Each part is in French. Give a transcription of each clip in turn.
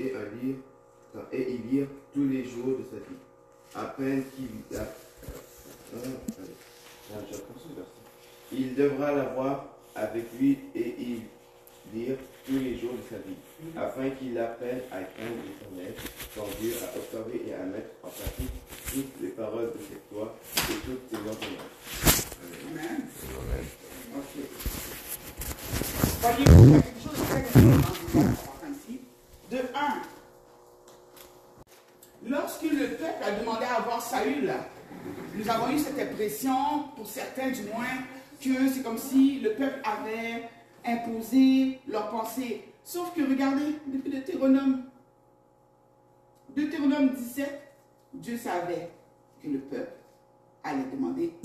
et y lire tous les jours de sa vie, afin qu'il il devra l'avoir avec lui et y lire tous les jours de sa vie, afin qu'il apprenne à craindre l'Éternel, son Dieu, à observer et à mettre en pratique toutes les paroles de cette loi et toutes ses ordonnances. Amen. Amen. Ok. Voyez, il y a quelque chose de très important ici. De un, lorsque le peuple a demandé à avoir Saül, nous avons eu cette impression, pour certains du moins, que c'est comme si le peuple avait imposé leurs pensées. Sauf que regardez, depuis Deutéronome 17, Dieu savait que le peuple allait demander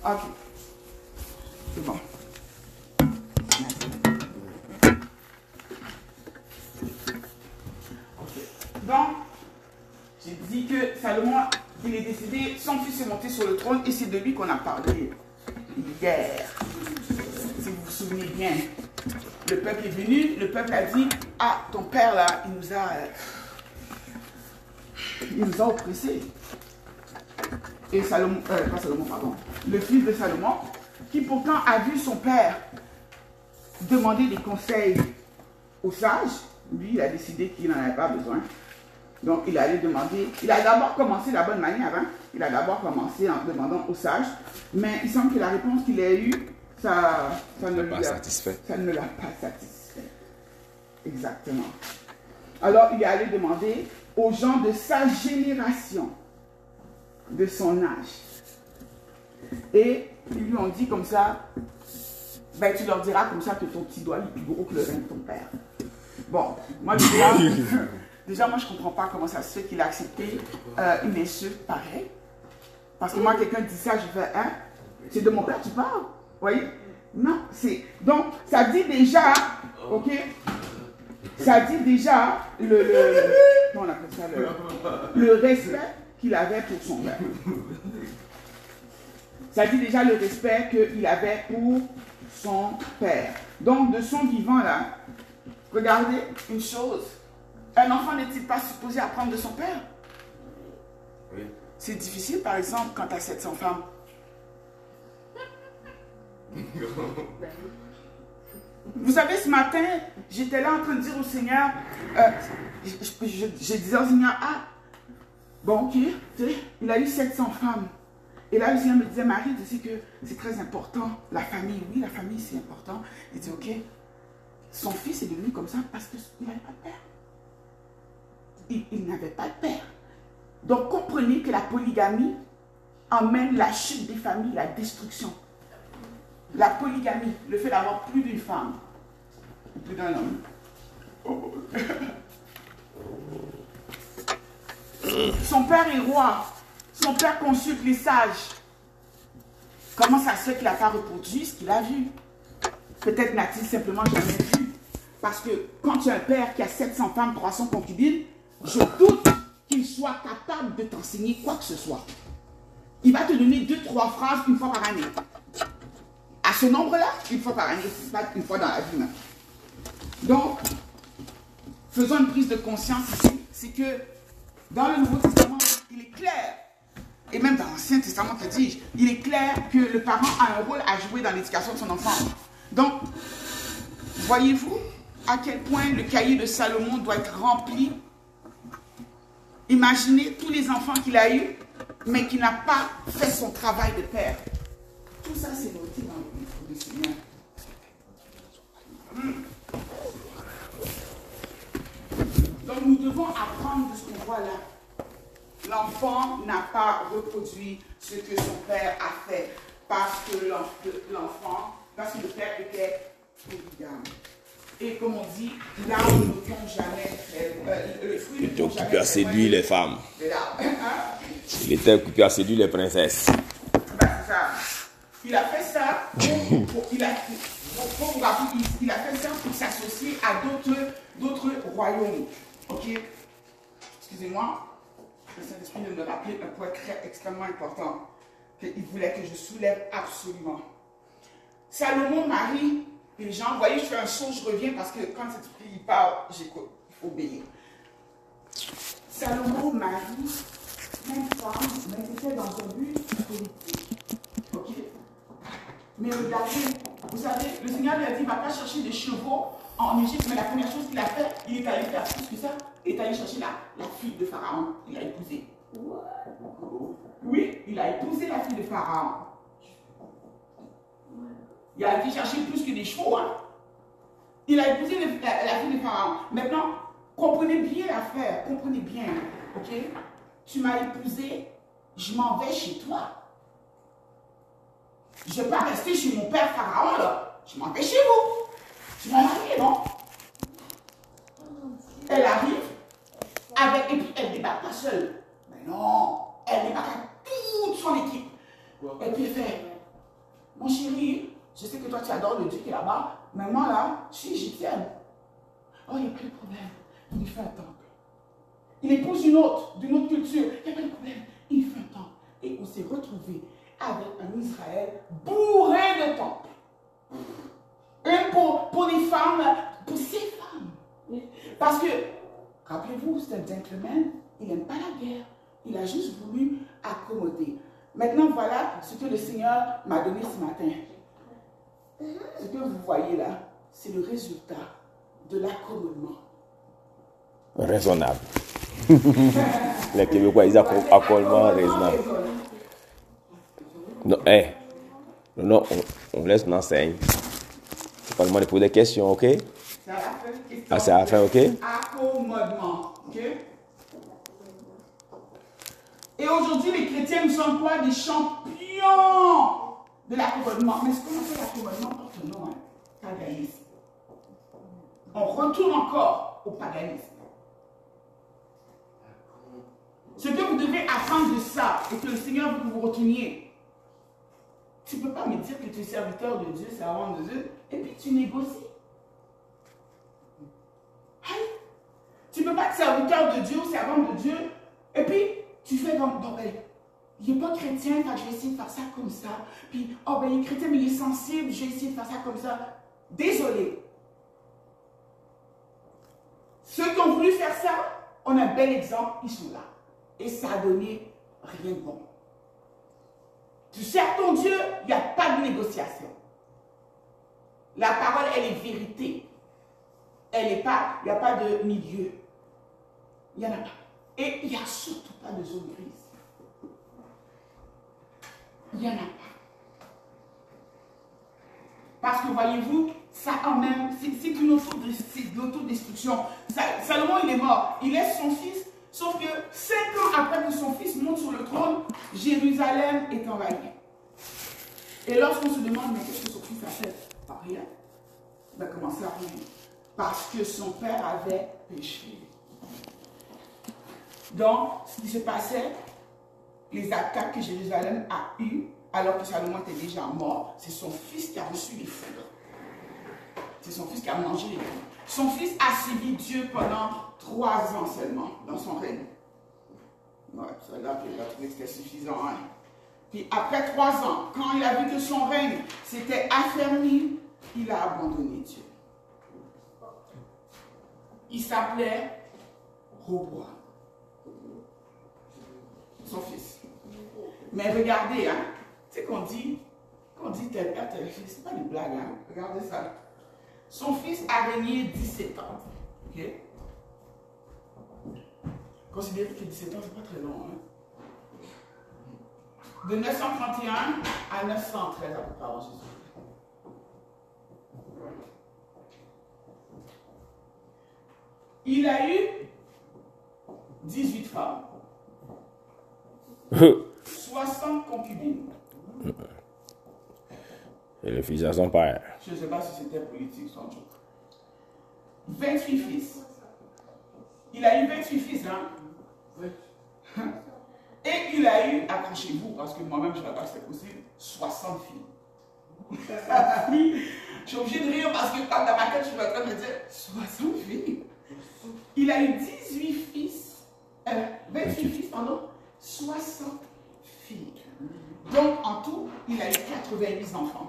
Ok. C'est bon. Donc, j'ai dit que Salomon, il est décédé, son fils est monté sur le trône et c'est de lui qu'on a parlé hier. Si vous vous souvenez bien, le peuple est venu, le peuple a dit, ah, ton père là, il nous a oppressés. Et Salomon, pas Salomon, pardon, le fils de Salomon, qui pourtant a vu son père demander des conseils aux sages, lui, il a décidé qu'il n'en avait pas besoin. Donc, il allait demander, il a d'abord commencé de la bonne manière, hein? Il a d'abord commencé en demandant aux sages, mais il semble que la réponse qu'il a eue, ça ne l'a pas satisfait. Exactement. Alors, il est allé demander aux gens de sa génération, de son âge. Et ils lui ont dit comme ça, ben, tu leur diras comme ça que ton petit doigt est plus gros que le rein de ton père. Bon, moi déjà, moi je ne comprends pas comment ça se fait qu'il a accepté une insulte pareille. Parce que moi, quelqu'un dit ça, je fais, hein, c'est de mon père tu parles, vous voyez? Non, c'est... Donc, ça dit déjà, ok? Ça dit déjà comment on appelle ça, le respect qu'il avait pour son père. Ça dit déjà le respect qu'il avait pour son père. Donc, de son vivant là, regardez une chose. Un enfant n'est-il pas supposé apprendre de son père? Oui. C'est difficile, par exemple, quand tu as 700 femmes. Vous savez, ce matin, j'étais là en train de dire au Seigneur, je disais au Seigneur, ah, bon, ok, tu sais, il a eu 700 femmes. Et là, le Seigneur me disait, Marie, tu sais que c'est très important, la famille, oui, la famille, c'est important. Il dit, ok, son fils est devenu comme ça parce qu'il n'avait pas de père. Il n'avait pas de père. Donc, comprenez que la polygamie emmène la chute des familles, la destruction. La polygamie, le fait d'avoir plus d'une femme, plus d'un homme. Oh. Son père est roi. Son père consulte les sages. Comment ça se fait qu'il n'a pas reproduit ce qu'il a vu? Peut-être n'a-t-il simplement jamais vu. Parce que quand tu as un père qui a 700 femmes, 300 concubines, je doute qu'il soit capable de t'enseigner quoi que ce soit. Il va te donner 2-3 phrases une fois par année. À ce nombre-là, une fois par année, pas une fois dans la vie. Même. Donc, faisons une prise de conscience ici, c'est que dans le Nouveau Testament, il est clair, et même dans l'Ancien Testament, que dis-je, il est clair que le parent a un rôle à jouer dans l'éducation de son enfant. Donc, voyez-vous à quel point le cahier de Salomon doit être rempli. Imaginez tous les enfants qu'il a eus, mais qui n'a pas fait son travail de père. Tout ça, c'est noté dans le livre du Seigneur. Donc, nous devons apprendre de ce qu'on voit là. L'enfant n'a pas reproduit ce que son père a fait parce que le père était polygame. Et comme on dit, l'arbre ne tombe jamais. Le fruit ne tombe jamais. Il était occupé à séduire les femmes. Il était occupé à séduire les princesses. Ben, c'est ça. Il a fait ça il a fait ça pour s'associer à d'autres royaumes. Ok? Excusez-moi. Le Saint-Esprit vient de me rappeler un point extrêmement important qu'il voulait que je soulève absolument. Salomon marie les gens. Vous voyez, je fais un saut, je reviens parce que quand cet esprit il parle, j'écoute. Il faut obéir. Salomon marie même femme, mais c'était dans un but politique. Ok? Mais regardez, vous savez, le Seigneur lui a dit, il ne va pas chercher des chevaux en Égypte, mais la première chose qu'il a fait, il est allé faire plus que ça. Il est allé chercher la fille de Pharaon. Il a épousé. Oui, il a épousé la fille de Pharaon. Il a été chercher plus que des chevaux. Hein. Il a épousé la fille de Pharaon. Maintenant, comprenez bien l'affaire. Comprenez bien. Ok? Tu m'as épousé, je m'en vais chez toi. Je ne vais pas rester chez mon père Pharaon, là. Je m'en vais chez vous. Tu m'as marié, non? Elle arrive, et puis elle débarque pas seule. Mais non, elle débarque avec toute son équipe. Et puis elle fait, Je sais que toi, tu adores le Dieu qui est là-bas, mais moi, là, je suis égyptienne. Oh, il n'y a pas de problème. Il lui fait un temple. Il épouse une autre, d'une autre culture. Il n'y a pas de problème. Il fait un temple. Et on s'est retrouvé avec un Israël bourré de temples. Un pour les femmes, pour ces femmes. Parce que, rappelez-vous, c'est un gentleman, il n'aime pas la guerre. Il a juste voulu accommoder. Maintenant, voilà ce que le Seigneur m'a donné ce matin. Ce que vous voyez là, c'est le résultat de l'accommodement. Raisonnable. Les Québécois, ils accommodement raisonnable. Non, non, on laisse l'enseigne. On va demander pour des questions, ok? C'est à la fin. Ah, c'est à la fin, ok? Accommodement, ok? Et aujourd'hui, les chrétiens, nous sommes quoi? Des champions de l'accommodement. Mais ce qu'on appelle l'accommodement porte un nom, hein? Paganisme. On retourne encore au paganisme. Ce que vous devez apprendre de ça, et que le Seigneur veut que vous retourniez, tu ne peux pas me dire que tu es serviteur de Dieu, servant de Dieu, et puis tu négocies. Hein? Tu ne peux pas être serviteur de Dieu, servant de Dieu, et puis tu fais comme, bon ben, il n'est pas chrétien, je vais essayer de faire ça comme ça. Puis, oh ben, il est chrétien, mais il est sensible, je vais essayer de faire ça comme ça. Désolé. Ceux qui ont voulu faire ça, on a un bel exemple, ils sont là. Et ça a donné rien de bon. Tu sers ton Dieu, il n'y a pas de négociation. La parole, elle est vérité. Elle n'est pas, il n'y a pas de milieu. Il n'y en a pas. Et il n'y a surtout pas de zone grise. Il n'y en a pas. Parce que voyez-vous, ça en même, c'est une autodestruction. Salomon, il est mort. Il laisse son fils. Sauf que 5 ans après que son fils monte sur le trône, Jérusalem est envahie. Et lorsqu'on se demande, mais qu'est-ce que son fils a fait? Pas rien. Il va commencer à rien. Parce que son père avait péché. Donc, ce qui se passait, les attaques que Jérusalem a eues, alors que Salomon était déjà mort, c'est son fils qui a reçu les foudres. C'est son fils qui a mangé les foudres. Son fils a suivi Dieu pendant 3 ans seulement dans son règne. Ouais, c'est là qu'il a trouvé que c'était suffisant. Hein? Puis après 3 ans, quand il a vu que son règne s'était affermi, il a abandonné Dieu. Il s'appelait Roboam, son fils. Mais regardez, hein, tu sais qu'on dit tel père, tel fils, c'est pas une blague, hein? Regardez ça. Son fils a régné 17 ans. Ok? Considérez que 17 ans, c'est pas très long. Hein? De 931 à 913 à peu près avant Jésus. Il a eu 18 femmes. 60 concubines. Et le fils à son père. Je ne sais pas si c'était politique son jour. 28 fils. Il a eu 28 fils, hein? Oui. Et il a eu, accrochez-vous, parce que moi-même je ne savais pas que c'était possible, 60 filles. Je suis obligée de rire parce que comme dans ma tête, je suis en train de me dire, 60 filles. Il a eu 18 fils, 28 fils, pardon, 60 filles. Donc en tout, il a eu 88 enfants.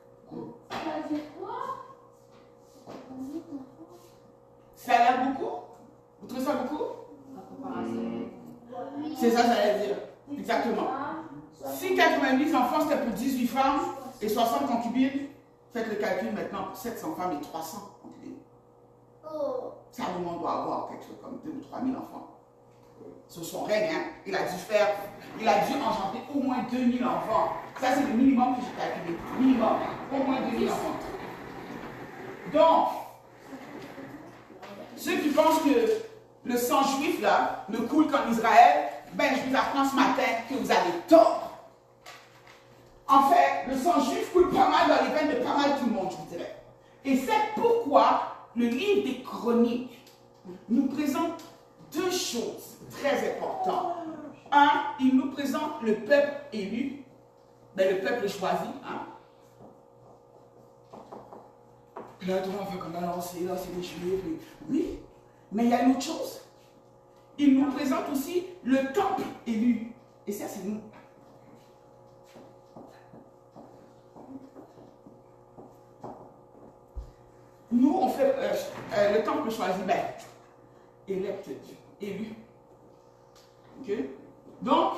Ça a l'air beaucoup? Vous trouvez ça beaucoup? C'est ça, j'allais dire. Exactement. Si 88 enfants, c'était pour 18 femmes et 60 concubines, faites le calcul maintenant pour 700 femmes et 300 concubines. Salomon doit avoir quelque chose comme 2 ou 3 000 enfants. Sur son règne, hein, il a dû engendrer au moins 2000 enfants. Ça, c'est le minimum que j'ai calculé. Minimum. Au moins 2000 enfants. Donc, ceux qui pensent que le sang juif, là, ne coule qu'en Israël, ben, je vous apprends ce matin que vous avez tort. En fait, le sang juif coule pas mal dans les veines de pas mal tout le monde, je vous dirais. Et c'est pourquoi le livre des Chroniques nous présente 2 choses très importantes. Un, il nous présente le peuple élu, ben, le peuple choisi, hein, Et là, tout le monde fait comme là, c'est les Juifs. Oui, mais il y a une autre chose. Il nous présente aussi le temple élu. Et ça, c'est nous. Nous, on fait le temple choisi, ben, élect, élu. Ok? Donc,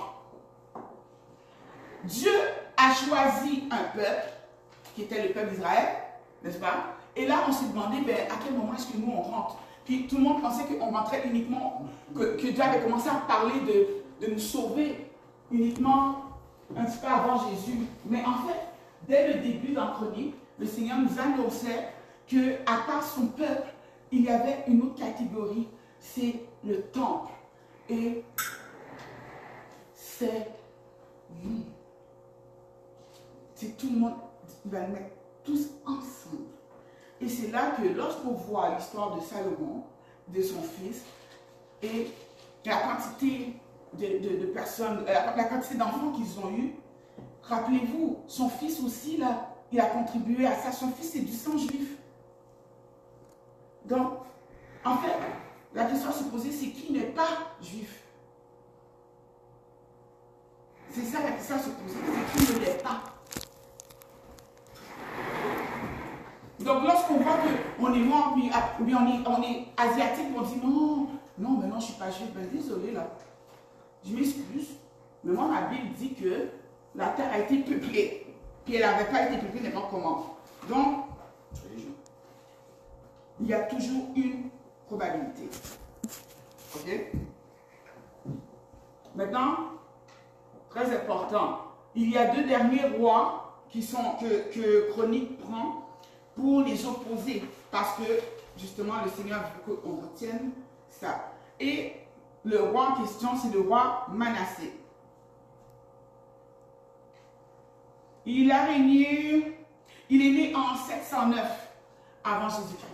Dieu a choisi un peuple, qui était le peuple d'Israël, n'est-ce pas? Et là, on s'est demandé, ben, à quel moment est-ce que nous, on rentre? Puis tout le monde pensait qu'on rentrait uniquement, que Dieu avait commencé à parler de nous sauver uniquement un petit peu avant Jésus. Mais en fait, dès le début dans Chronique, le Seigneur nous annonçait qu'à part son peuple, il y avait une autre catégorie, c'est le temple. Et c'est nous. C'est tout le monde, il va le mettre tous ensemble. Et c'est là que lorsqu'on voit l'histoire de Salomon, de son fils, et la quantité de personnes, la quantité d'enfants qu'ils ont eu, rappelez-vous, son fils aussi, là, il a contribué à ça. Son fils, c'est du sang juif. Donc, en fait, la question à se poser, c'est qui n'est pas juif? C'est ça la question à se poser, c'est qui ne l'est pas. Donc, lorsqu'on voit qu'on est noir, puis on est asiatique, on dit non, mais non, je ne suis pas juif. Ben, désolé, là. Je m'excuse. Mais moi, ma Bible dit que la terre a été peuplée. Puis elle n'avait pas été peuplée n'importe comment. Donc, il y a toujours une probabilité. Ok? Maintenant, très important, il y a deux derniers rois que Chronique prend pour les opposer, parce que justement le Seigneur veut qu'on retienne ça. Et le roi en question, c'est le roi Manassé. Il a régné, il est né en 709 avant Jésus-Christ.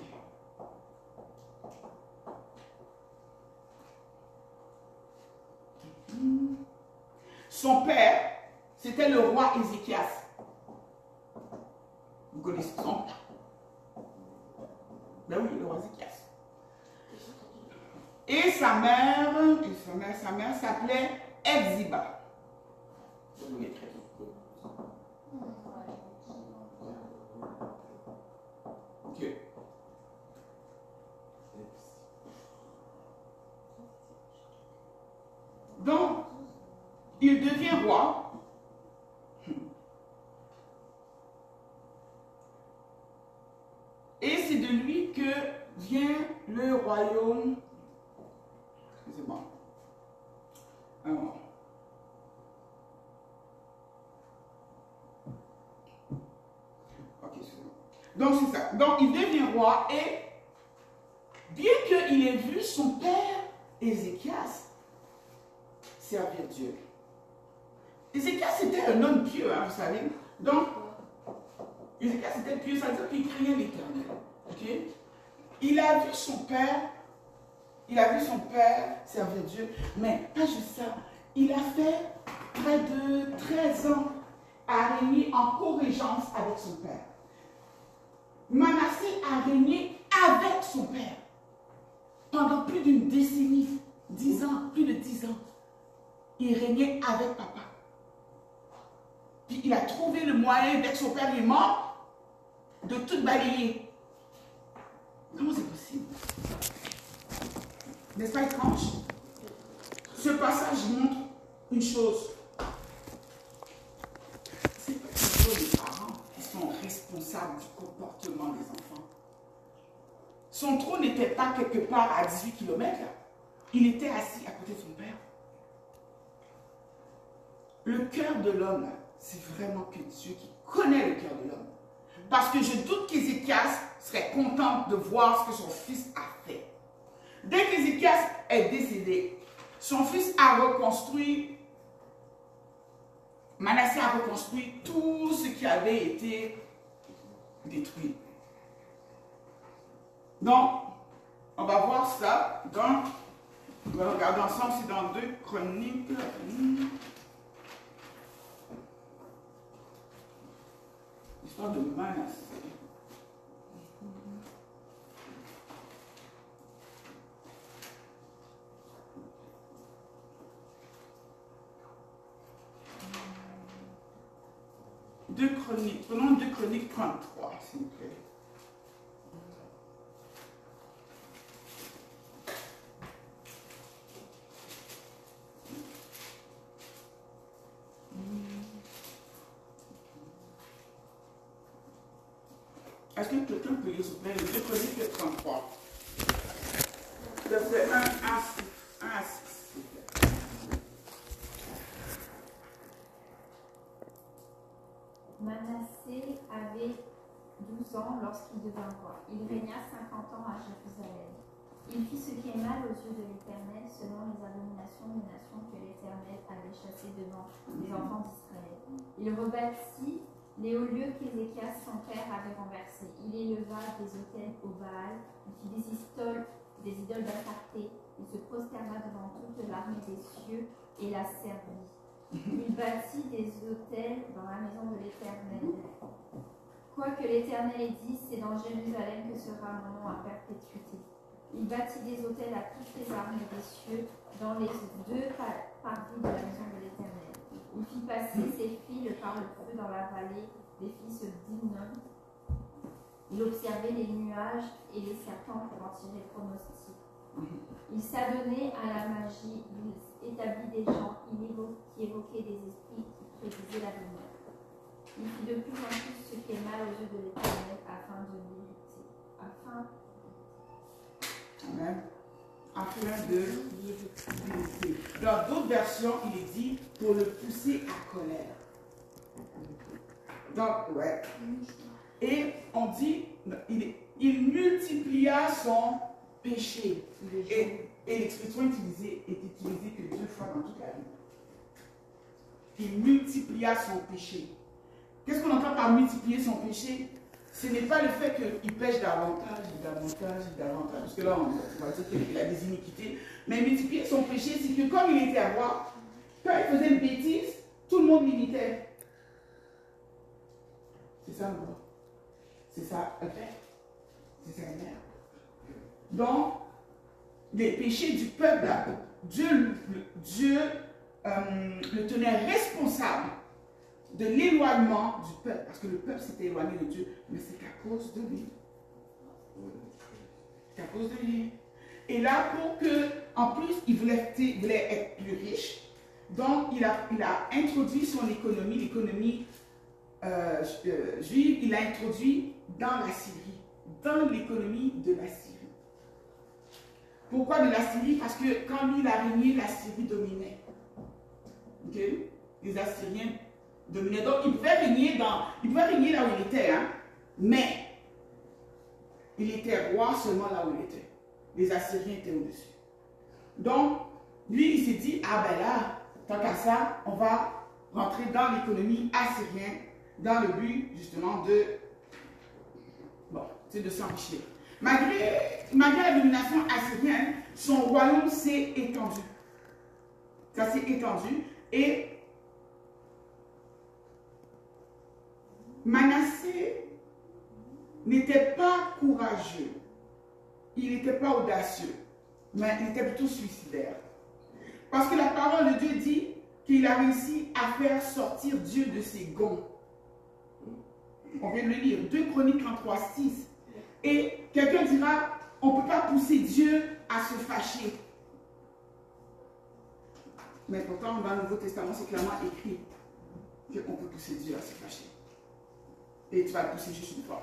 Son père, c'était le roi Ézéchias. Vous connaissez son père? Ben oui, le roi Ézéchias. Et sa mère s'appelait Hephziba. Ok. Donc, il devient roi. Et c'est de lui que vient le royaume. Excusez-moi. Alors. Ok, excusez-moi. Donc, c'est ça. Donc, il devient roi et bien qu'il ait vu son père Ézéchias servir Dieu. Ézéchias était un homme pieux, hein, vous savez. Donc, Ézéchias était pieux, ça veut dire qu'il craignait l'Éternel. Okay? Il a vu son père servir Dieu, mais pas juste ça. Il a fait près de 13 ans à régner en co-régence avec son père. Manassé a régné avec son père pendant plus d'une décennie, 10 ans, plus de 10 ans. Il régnait avec papa. Puis il a trouvé le moyen, dès que son père est mort, de tout balayer. Comment c'est possible? N'est-ce pas étrange? Ce passage montre une chose. C'est pas toujours les parents qui sont responsables du comportement des enfants. Son trône n'était pas quelque part à 18 km. Il était assis à côté de son père. Le cœur de l'homme, c'est vraiment que Dieu qui connaît le cœur de l'homme. Parce que je doute qu'Ézéchias serait content de voir ce que son fils a fait. Dès qu'Ézéchias est décédé, son fils a reconstruit, Manassé a reconstruit tout ce qui avait été détruit. Donc, on va voir ça on va regarder ensemble, c'est dans 2 Chroniques. L'histoire de Manassé. 2 Chroniques, prenons 2 Chroniques 33, s'il vous plaît. Est-ce que quelqu'un peut lire, s'il vous plaît, 2 Chroniques 33? Verset 1 à 6. Manassé avait 12 ans lorsqu'il devint roi. Il régna 50 ans à Jérusalem. Il fit ce qui est mal aux yeux de l'Éternel, selon les abominations des nations que l'Éternel avait chassées devant les enfants d'Israël. Il rebâtit les hauts lieux qu'Ézéchias son père avait renversés. Il éleva des autels au Baal, il fit des idoles d'Astarté. Il se prosterna devant toute l'armée des cieux et la servit. Il bâtit des autels dans la maison de l'Éternel. Quoique l'Éternel ait dit, c'est dans Jérusalem que sera mon nom à perpétuité. Il bâtit des autels à toutes les armées des cieux dans les 2 parvis de la maison de l'Éternel. Il fit passer ses filles par le feu dans la vallée des fils d'Hinnom. Il observait les nuages et les serpents pour en tirer pronostic. Il s'adonnait à la magie, il établit des gens qui évoquaient des esprits qui prédisaient l'avenir. Il fit de plus en plus ce qui est mal aux yeux de l'Éternel afin de l'irriter. Amen. Afin de l'irriter. Dans d'autres versions, il est dit pour le pousser à colère. Donc, ouais. Et on dit, il multiplia son péché. Et l'expression est utilisée que 2 fois dans toute la Bible. Il multiplia son péché. Qu'est-ce qu'on entend par multiplier son péché? Ce n'est pas le fait qu'il pêche davantage. Parce que là, on va dire qu'il a des iniquités. Mais multiplier son péché, c'est que comme il était roi, quand il faisait une bêtise, tout le monde l'imitait. C'est ça le roi. C'est ça un père. C'est ça une mère. Donc, les péchés du peuple, Dieu le tenait responsable de l'éloignement du peuple. Parce que le peuple s'était éloigné de Dieu, mais c'est qu'à cause de lui. C'est à cause de lui. Et là, pour que, en plus, il voulait être plus riche, donc il a introduit son économie, l'économie juive, il l'a introduit dans la Syrie, dans l'économie de la Syrie. Pourquoi de la Syrie? Parce que quand lui il a régné, la Syrie dominait. Okay? Les Assyriens dominaient. Donc il pouvait régner là où il était, hein? Mais il était roi seulement là où il était. Les Assyriens étaient au-dessus. Donc, lui, il s'est dit, ah ben là, tant qu'à ça, on va rentrer dans l'économie assyrienne, dans le but, justement, de s'enrichir. Malgré la domination assyrienne, son royaume s'est étendu. Ça s'est étendu. Et Manassé n'était pas courageux. Il n'était pas audacieux. Mais il était plutôt suicidaire. Parce que la parole de Dieu dit qu'il a réussi à faire sortir Dieu de ses gonds. On vient de le lire. 2 Chroniques 33, 6. Et quelqu'un dira, on ne peut pas pousser Dieu à se fâcher. Mais pourtant, dans le Nouveau Testament, c'est clairement écrit qu'on peut pousser Dieu à se fâcher. Et tu vas le pousser juste une fois.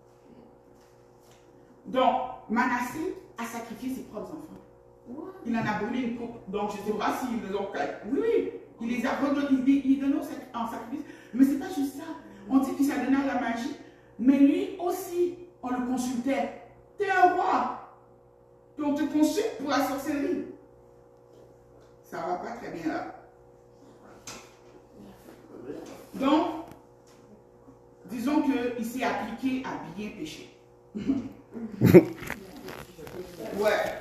Donc, Manassé a sacrifié ses propres enfants. Il en a brûlé une coupe. Donc, je ne sais pas s'ils les ont... Oui, il les a redonnés, il donne en sacrifice. Mais ce n'est pas juste ça. On dit qu'il s'est donné à la magie. Mais lui aussi, on le consultait. Tu es un roi. Puis on te consulte pour la sorcellerie. Ça ne va pas très bien là. Donc, disons qu'il s'est appliqué à bien pécher. Ouais.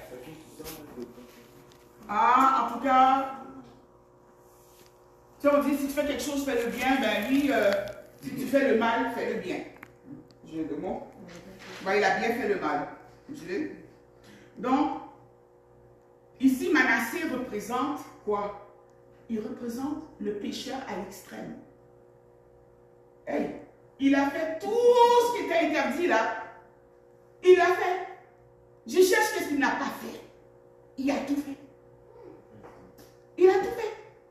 Ah, en tout cas, si on dit si tu fais quelque chose, fais le bien, ben lui, si tu fais le mal, fais le bien. J'ai le mot. Ben, il a bien fait le mal. Donc, ici, Manassé représente quoi? Il représente le pécheur à l'extrême. Hey, il a fait tout ce qui était interdit là. Il a fait. Je cherche ce qu'il n'a pas fait. Il a tout fait. Il a tout fait.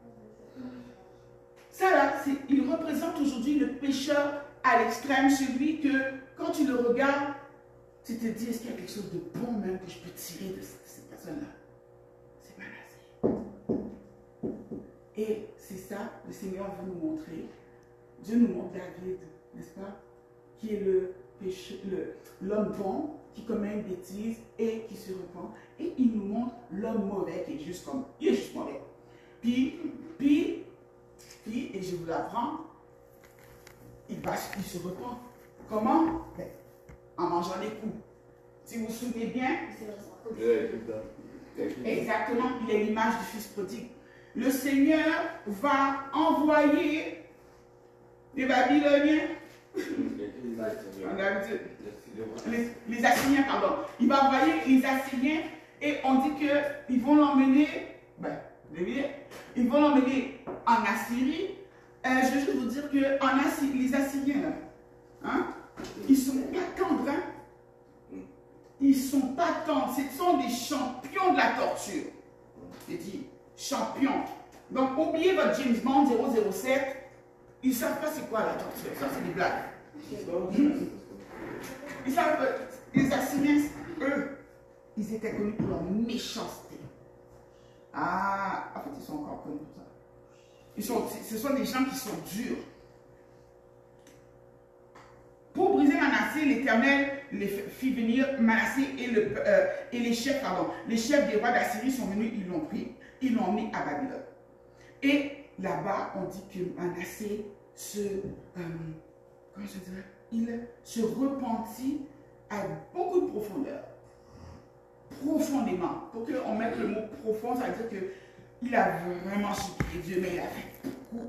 Ça là, il représente aujourd'hui le pécheur à l'extrême, celui que quand tu le regardes, tu te dis, est-ce qu'il y a quelque chose de bon même que je peux tirer de cette personne-là? C'est Manassé. Et c'est ça, le Seigneur veut nous montrer. Dieu nous montre David, n'est-ce pas? Qui est l'homme bon, qui commet une bêtise et qui se repent. Et il nous montre l'homme mauvais qui est juste comme, il est juste mauvais. Puis, et je vous l'apprends, il se repent. Comment? Ben, en mangeant des coups. Si vous vous souvenez bien, exactement, il est l'image du fils prodigue. Le Seigneur va envoyer les Babyloniens, les Assyriens, pardon. Il va envoyer les Assyriens et on dit qu'ils vont l'emmener, ils vont l'emmener en Assyrie. Je veux juste vous dire que les Assyriens, là, hein, ils sont pas tendres. Hein? Ils sont pas tendres. Ce sont des champions de la torture. J'ai dit champions. Donc, oubliez votre James Bond 007. Ils ne savent pas c'est quoi la torture. Ça, c'est des blagues. Ils savent que les Assyriens, eux, ils étaient connus pour leur méchanceté. Ah, en fait, ils sont encore connus pour ça. Ce sont des gens qui sont durs. Pour briser Manassé, l'Éternel les fit venir. Manassé et les chefs, les chefs des rois d'Assyrie sont venus, ils l'ont pris, ils l'ont emmené à Babylone. Et là-bas, on dit que Manassé il se repentit à beaucoup de profondeur. Profondément. Pour qu'on mette le mot profond, ça veut dire qu'il a vraiment supplié Dieu, mais il a fait beaucoup.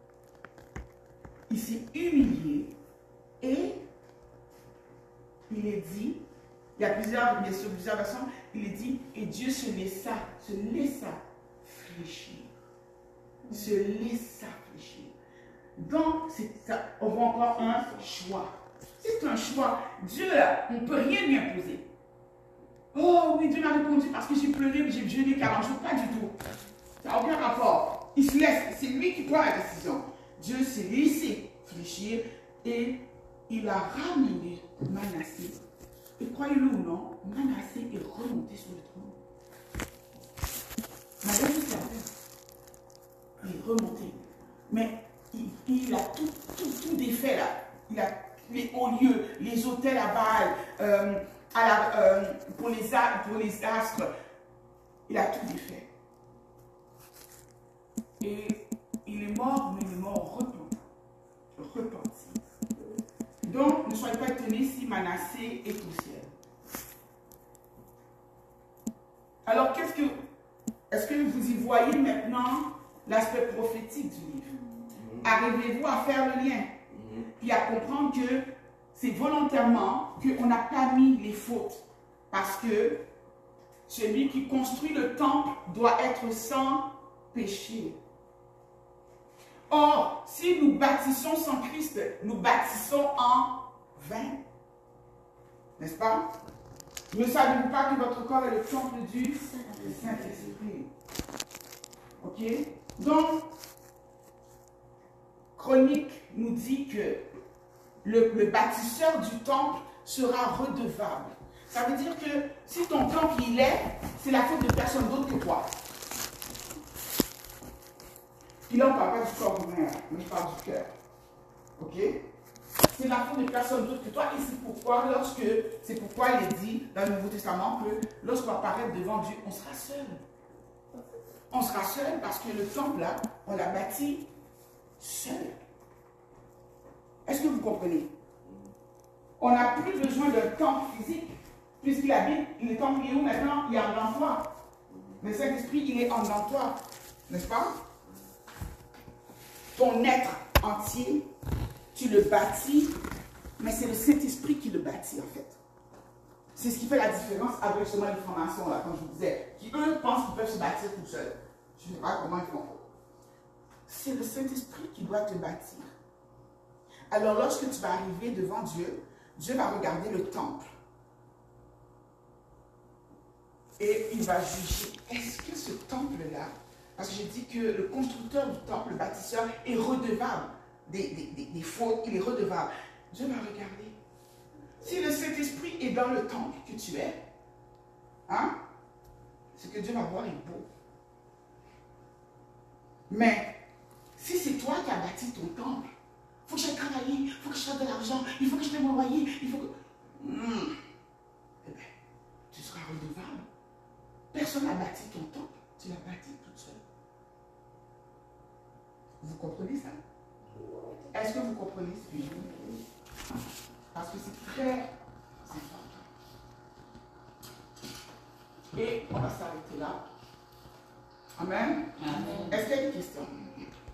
Il s'est humilié et il est dit, il y a plusieurs versions, il est dit, et Dieu se laissa fléchir. Se laissa fléchir. Donc, on voit encore un choix. C'est un choix. Dieu, là, on ne peut rien lui imposer. Oh oui, Dieu m'a répondu parce que j'ai pleuré, j'ai jeûné 40 jours. Pas du tout. Ça n'a aucun rapport. Il se laisse. C'est lui qui prend la décision. Dieu s'est laissé fléchir et il a ramené Manassé. Et croyez-le ou non, Manassé est remonté sur le trône. Malgré tout ce qu'il a fait, il est remonté. Mais il a tout défait là. Il a les hauts lieux, les hôtels à Baal, pour les astres. Il a tout défait. Et il est mort, mais il est mort repenti. Donc, ne soyez pas étonnés si Manassé est au ciel. Alors, est-ce que vous y voyez maintenant l'aspect prophétique du livre? Arrivez-vous à faire le lien? Puis à comprendre que c'est volontairement qu'on n'a pas mis les fautes. Parce que celui qui construit le temple doit être sans péché. Or, si nous bâtissons sans Christ, nous bâtissons en vain. N'est-ce pas? Ne savez-vous pas que votre corps est le temple du Saint-Esprit? Ok? Donc, Chronique nous dit que le bâtisseur du temple sera redevable. Ça veut dire que si ton temple il est, c'est la faute de personne d'autre que toi. Puis là, on ne parle pas du corps humain, mais je parle du cœur. Ok? C'est la faute de personne d'autre que toi. Et c'est pourquoi il est dit dans le Nouveau Testament que lorsqu'on va apparaître devant Dieu, on sera seul. On sera seul parce que le temple là, on l'a bâti seul. Est-ce que vous comprenez? On n'a plus besoin d'un temple physique, puisqu'il habite, le temple est où maintenant? Il est en toi. Le Saint-Esprit, il est en toi. N'est-ce pas? Ton être entier, tu le bâtis, mais c'est le Saint-Esprit qui le bâtit en fait. C'est ce qui fait la différence avec justement les formations, là, comme je vous disais, qui eux pensent qu'ils peuvent se bâtir tout seuls. Je ne sais pas comment ils font. C'est le Saint-Esprit qui doit te bâtir. Alors lorsque tu vas arriver devant Dieu, Dieu va regarder le temple. Et il va juger, est-ce que ce temple-là, parce que j'ai dit que le constructeur du temple, le bâtisseur, est redevable des fautes, il est redevable. Dieu va regarder. Si le Saint-Esprit est dans le temple que tu es, hein, ce que Dieu va voir est beau. Mais si c'est toi qui as bâti ton temple, il faut que j'aille travailler, il faut que je fasse de l'argent, il faut que je paie mon loyer, il faut que... Eh bien, tu seras redevable. Personne n'a bâti ton temple, tu l'as bâti toute seule. Vous comprenez ça? Est-ce que vous comprenez ce que je dis? Parce que c'est très important. Et on va s'arrêter là. Amen. Amen. Est-ce qu'il y a des questions?